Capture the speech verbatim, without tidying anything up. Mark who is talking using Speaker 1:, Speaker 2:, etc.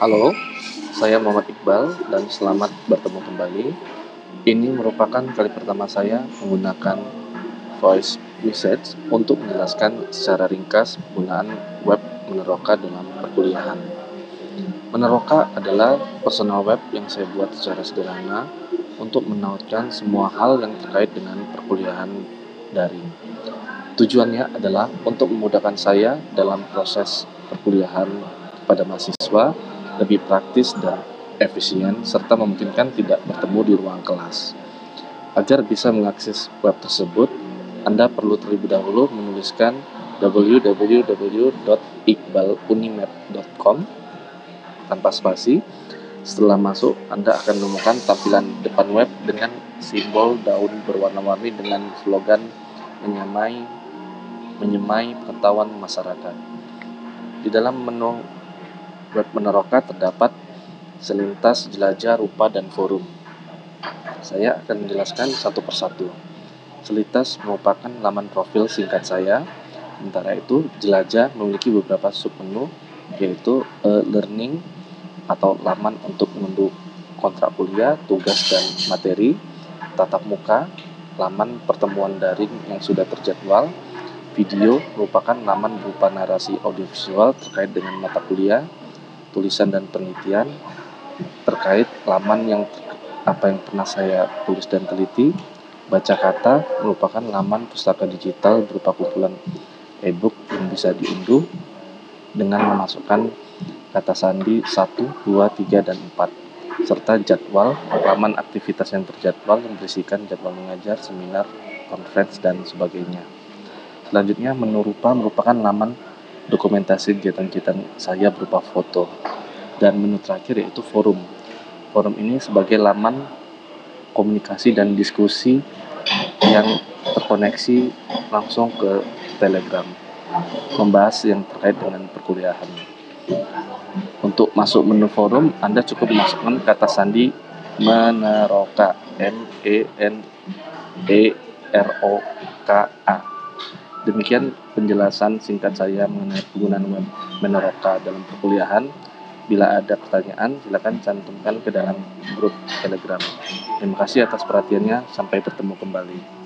Speaker 1: Halo, saya Muhammad Iqbal dan selamat bertemu kembali. Ini merupakan kali pertama saya menggunakan voice message untuk menjelaskan secara ringkas penggunaan web Meneroka dalam perkuliahan. Meneroka adalah personal web yang saya buat secara sederhana untuk menautkan semua hal yang terkait dengan perkuliahan daring. Tujuannya adalah untuk memudahkan saya dalam proses perkuliahan pada mahasiswa lebih praktis dan efisien, serta memungkinkan tidak bertemu di ruang kelas. Agar bisa mengakses web tersebut, Anda perlu terlebih dahulu menuliskan w w w dot iqbal unimap dot com tanpa spasi. Setelah masuk, Anda akan menemukan tampilan depan web dengan simbol daun berwarna-warni dengan slogan menyamai menyemai pengetahuan masyarakat. Di dalam menu web Meneroka terdapat selintas jelajah, rupa, dan forum. Saya akan menjelaskan satu persatu. Selintas merupakan laman profil singkat saya. Sementara itu, jelajah memiliki beberapa submenu, yaitu uh, learning atau laman untuk mengunduh kontrak kuliah, tugas, dan materi. Tatap muka, laman pertemuan daring yang sudah terjadwal. Video merupakan laman berupa narasi audiovisual terkait dengan mata kuliah, tulisan dan penelitian terkait laman yang apa yang pernah saya tulis dan teliti. Baca kata merupakan laman pustaka digital berupa kumpulan e-book yang bisa diunduh dengan memasukkan kata sandi satu, dua, tiga, dan empat, serta jadwal, laman aktivitas yang terjadwal yang berisikan jadwal mengajar, seminar, conference, dan sebagainya. Selanjutnya, menu rupa merupakan laman dokumentasi kegiatan-kegiatan saya berupa foto. Dan menu terakhir yaitu forum. Forum ini sebagai laman komunikasi dan diskusi yang terkoneksi langsung ke Telegram, membahas yang terkait dengan perkuliahan. Untuk masuk menu forum, Anda cukup memasukkan kata sandi Meneroka, M E N E R O K A. Demikian penjelasan singkat saya mengenai penggunaan web Meneroka dalam perkuliahan. Bila ada pertanyaan, silakan cantumkan ke dalam grup Telegram. Terima kasih atas perhatiannya. Sampai bertemu kembali.